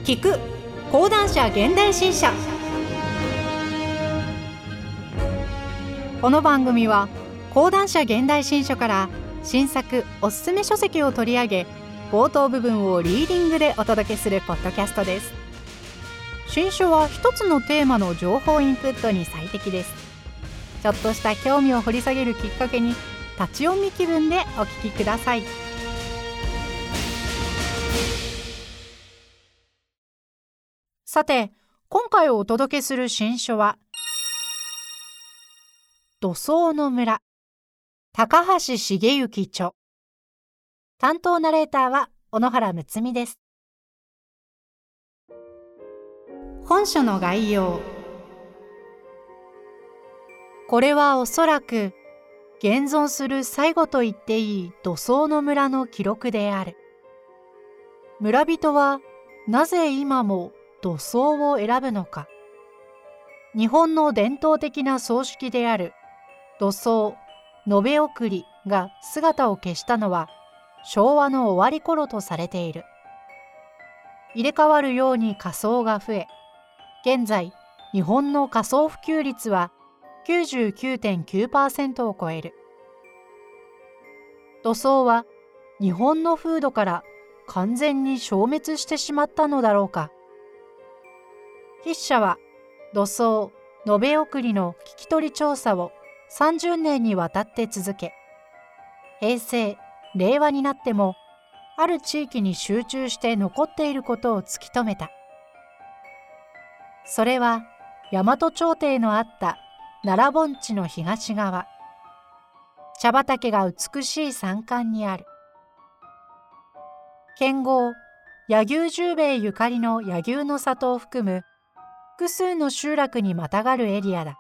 聞く講談社現代新書。この番組は講談社現代新書から新作おすすめ書籍を取り上げ、冒頭部分をリーディングでお届けするポッドキャストです。新書は一つのテーマの情報インプットに最適です。ちょっとした興味を掘り下げるきっかけに、立ち読み気分でお聞きください。さて、今回お届けする新書は土葬の村、高橋茂之著。担当ナレーターは小野原睦美です。本書の概要。これはおそらく現存する最後と言っていい土葬の村の記録である。村人はなぜ今も土葬を選ぶのか。日本の伝統的な葬式である土葬、延べ送りが姿を消したのは昭和の終わり頃とされている。入れ替わるように火葬が増え、現在日本の火葬普及率は 99.9% を超える。土葬は日本の風土から完全に消滅してしまったのだろうか。筆者は土葬、延べ送りの聞き取り調査を30年にわたって続け、平成、令和になってもある地域に集中して残っていることを突き止めた。それは大和朝廷のあった奈良盆地の東側、茶畑が美しい山間にある。剣豪、柳生十兵衛ゆかりの柳生の里を含む複数の集落にまたがるエリアだ。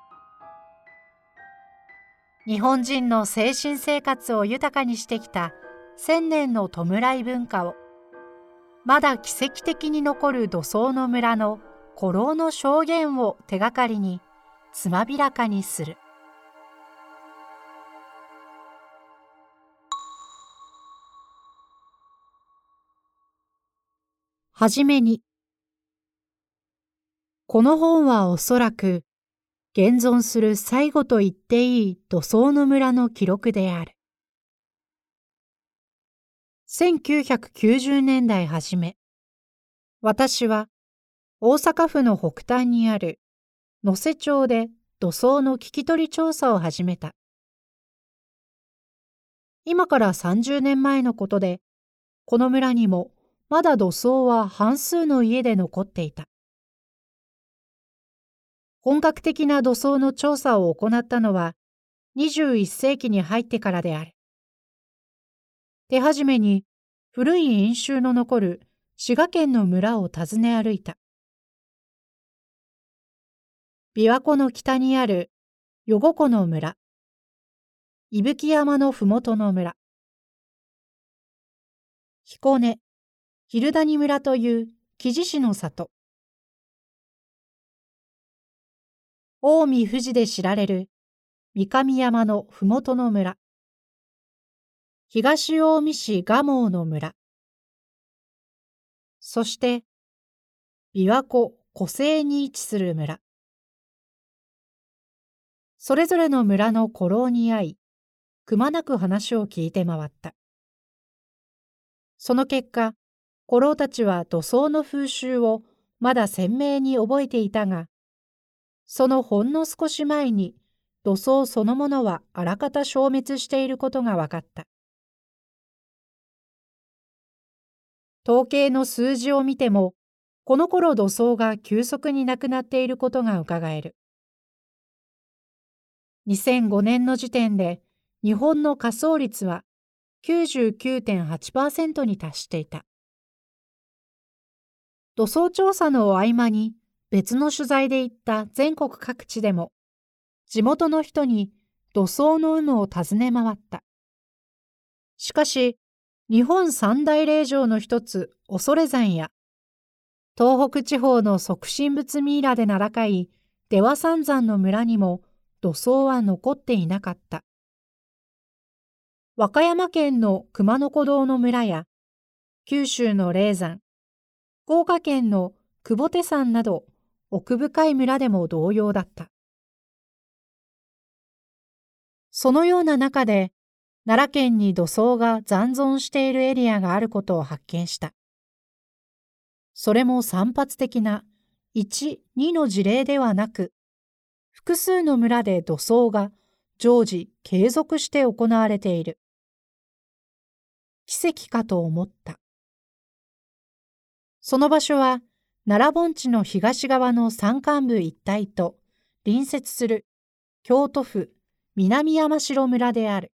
日本人の精神生活を豊かにしてきた1000年の弔い文化を、まだ奇跡的に残る土葬の村の古老の証言を手がかりにつまびらかにする。はじめに、この本はおそらく現存する最後と言っていい土葬の村の記録である。1990年代初め、私は大阪府の北端にある能勢町で土葬の聞き取り調査を始めた。今から30年前のことで、この村にもまだ土葬は半数の家で残っていた。本格的な土葬の調査を行ったのは21世紀に入ってからである。手始めに古い因習の残る滋賀県の村を訪ね歩いた。琵琶湖の北にある余呉湖の村、伊吹山のふもとの村、彦根、蛭谷村という木地師の里、近江富士で知られる三上山のふもとの村、東近江市蒲生の村、そして琵琶湖湖西に位置する村。それぞれの村の古老に会い、くまなく話を聞いて回った。その結果、古老たちは土葬の風習をまだ鮮明に覚えていたが、そのほんの少し前に土葬そのものはあらかた消滅していることが分かった。統計の数字を見ても、この頃土葬が急速になくなっていることがうかがえる。2005年の時点で日本の火葬率は 99.8% に達していた。土葬調査の合間に別の取材で行った全国各地でも、地元の人に土葬の有無を尋ね回った。しかし、日本三大霊場の一つ恐山や、東北地方の即身仏ミイラで名高い出羽三山の村にも土葬は残っていなかった。和歌山県の熊野古道の村や、九州の霊山、 福岡県の久保手山など奥深い村でも同様だった。そのような中で、奈良県に土葬が残存しているエリアがあることを発見した。それも散発的な1、2の事例ではなく、複数の村で土葬が常時継続して行われている。奇跡かと思った。その場所は奈良盆地の東側の山間部一帯と隣接する京都府南山城村である。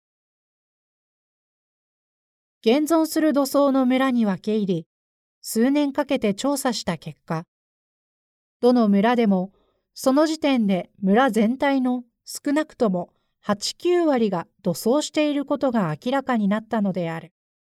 現存する土葬の村に分け入り、数年かけて調査した結果、どの村でもその時点で村全体の少なくとも8、9割が土葬していることが明らかになったのである。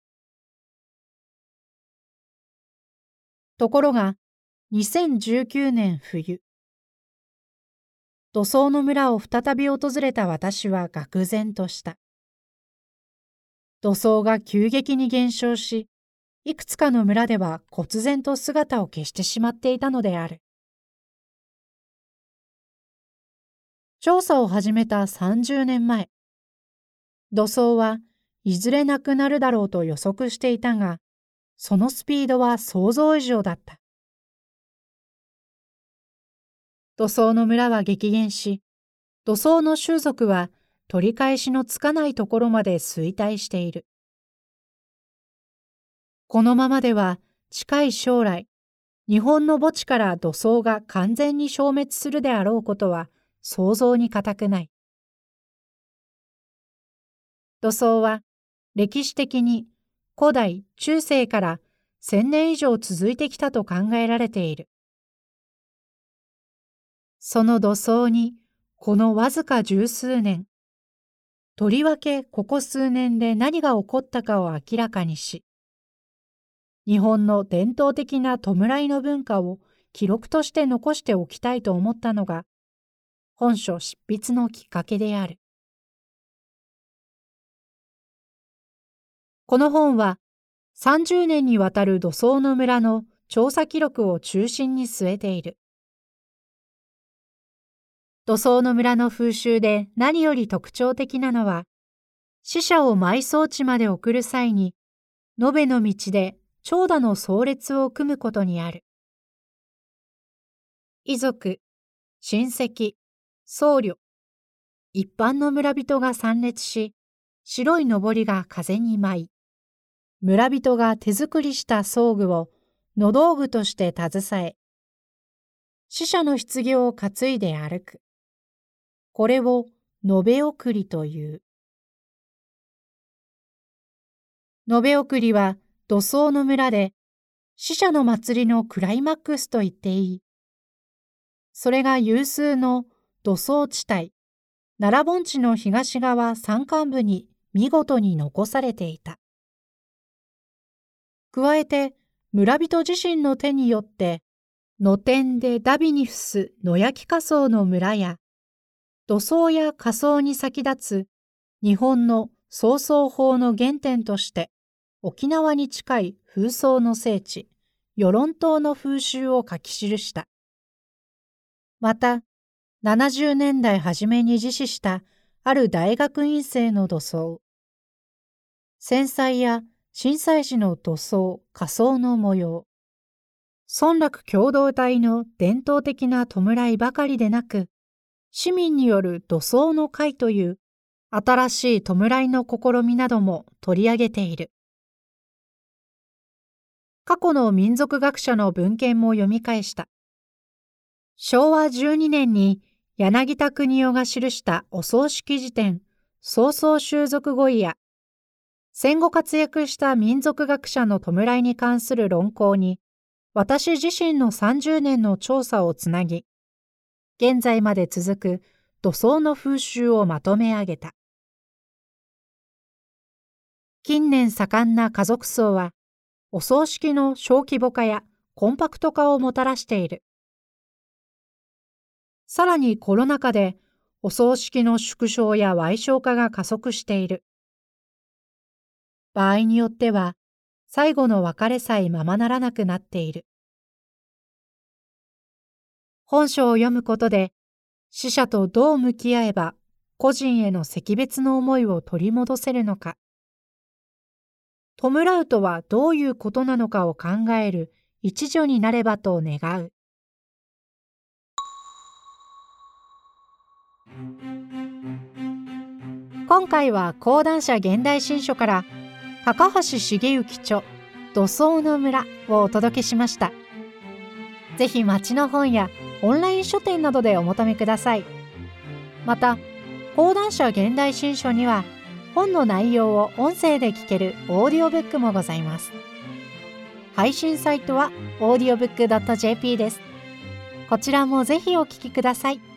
ところが、2019年冬、土葬の村を再び訪れた私は愕然とした。土葬が急激に減少し、いくつかの村では忽然と姿を消してしまっていたのである。調査を始めた30年前、土葬はいずれなくなるだろうと予測していたが、そのスピードは想像以上だった。土葬の村は激減し、土葬の習俗は取り返しのつかないところまで衰退している。このままでは近い将来、日本の墓地から土葬が完全に消滅するであろうことは想像に難くない。土葬は歴史的に古代中世から1000年以上続いてきたと考えられている。その土葬にこのわずか十数年、とりわけここ数年で何が起こったかを明らかにし、日本の伝統的な弔いの文化を記録として残しておきたいと思ったのが、本書執筆のきっかけである。この本は、30年にわたる土葬の村の調査記録を中心に据えている。土葬の村の風習で何より特徴的なのは、死者を埋葬地まで送る際に、延べの道で長蛇の葬列を組むことにある。遺族、親戚、僧侶、一般の村人が参列し、白い上りが風に舞い、村人が手作りした装具を野道具として携え、死者の棺を担いで歩く。これを延べ送りという。延べ送りは土葬の村で死者の祭りのクライマックスと言っていい。それが有数の土葬地帯、奈良盆地の東側山間部に見事に残されていた。加えて村人自身の手によって野天で荼毘に付す野焼き火葬の村や、土葬や火葬に先立つ日本の葬送法の原点として沖縄に近い風葬の聖地、与論島の風習を書き記した。また、70年代初めに実施したある大学院生の土葬、戦災や震災時の土葬、火葬の模様、村落共同体の伝統的な弔いばかりでなく、市民による土葬の会という新しい弔いの試みなども取り上げている。過去の民族学者の文献も読み返した。昭和12年に柳田国男が記したお葬式辞典、葬送習俗語彙や、戦後活躍した民族学者の弔いに関する論考に、私自身の30年の調査をつなぎ、現在まで続く土葬の風習をまとめ上げた。近年盛んな家族葬は、お葬式の小規模化やコンパクト化をもたらしている。さらにコロナ禍でお葬式の縮小や矮小化が加速している。場合によっては、最後の別れさえままならなくなっている。 本書を読むことで、死者とどう向き合えば個人への惜別の思いを取り戻せるのか、弔うとはどういうことなのかを考える一助になればと願う。今回は講談社現代新書から高橋茂之著土葬の村をお届けしました。ぜひ町の本やオンライン書店などでお求めください。また、講談社現代新書には本の内容を音声で聞けるオーディオブックもございます。配信サイトは audiobook.jp です。こちらもぜひお聞きください。